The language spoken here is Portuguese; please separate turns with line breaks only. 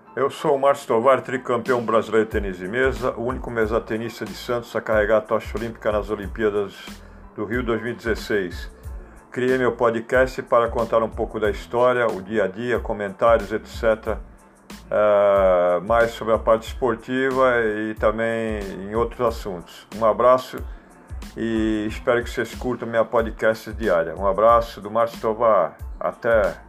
Eu sou o Márcio Tovar, tricampeão brasileiro de tênis de mesa, o único mesatenista de Santos a carregar a tocha olímpica nas Olimpíadas do Rio 2016. Criei meu podcast para contar um pouco da história, o dia a dia, comentários, etc. Mais sobre a parte esportiva e também em outros assuntos. Um abraço e espero que vocês curtam minha podcast diária. Um abraço do Márcio Tovar. Até!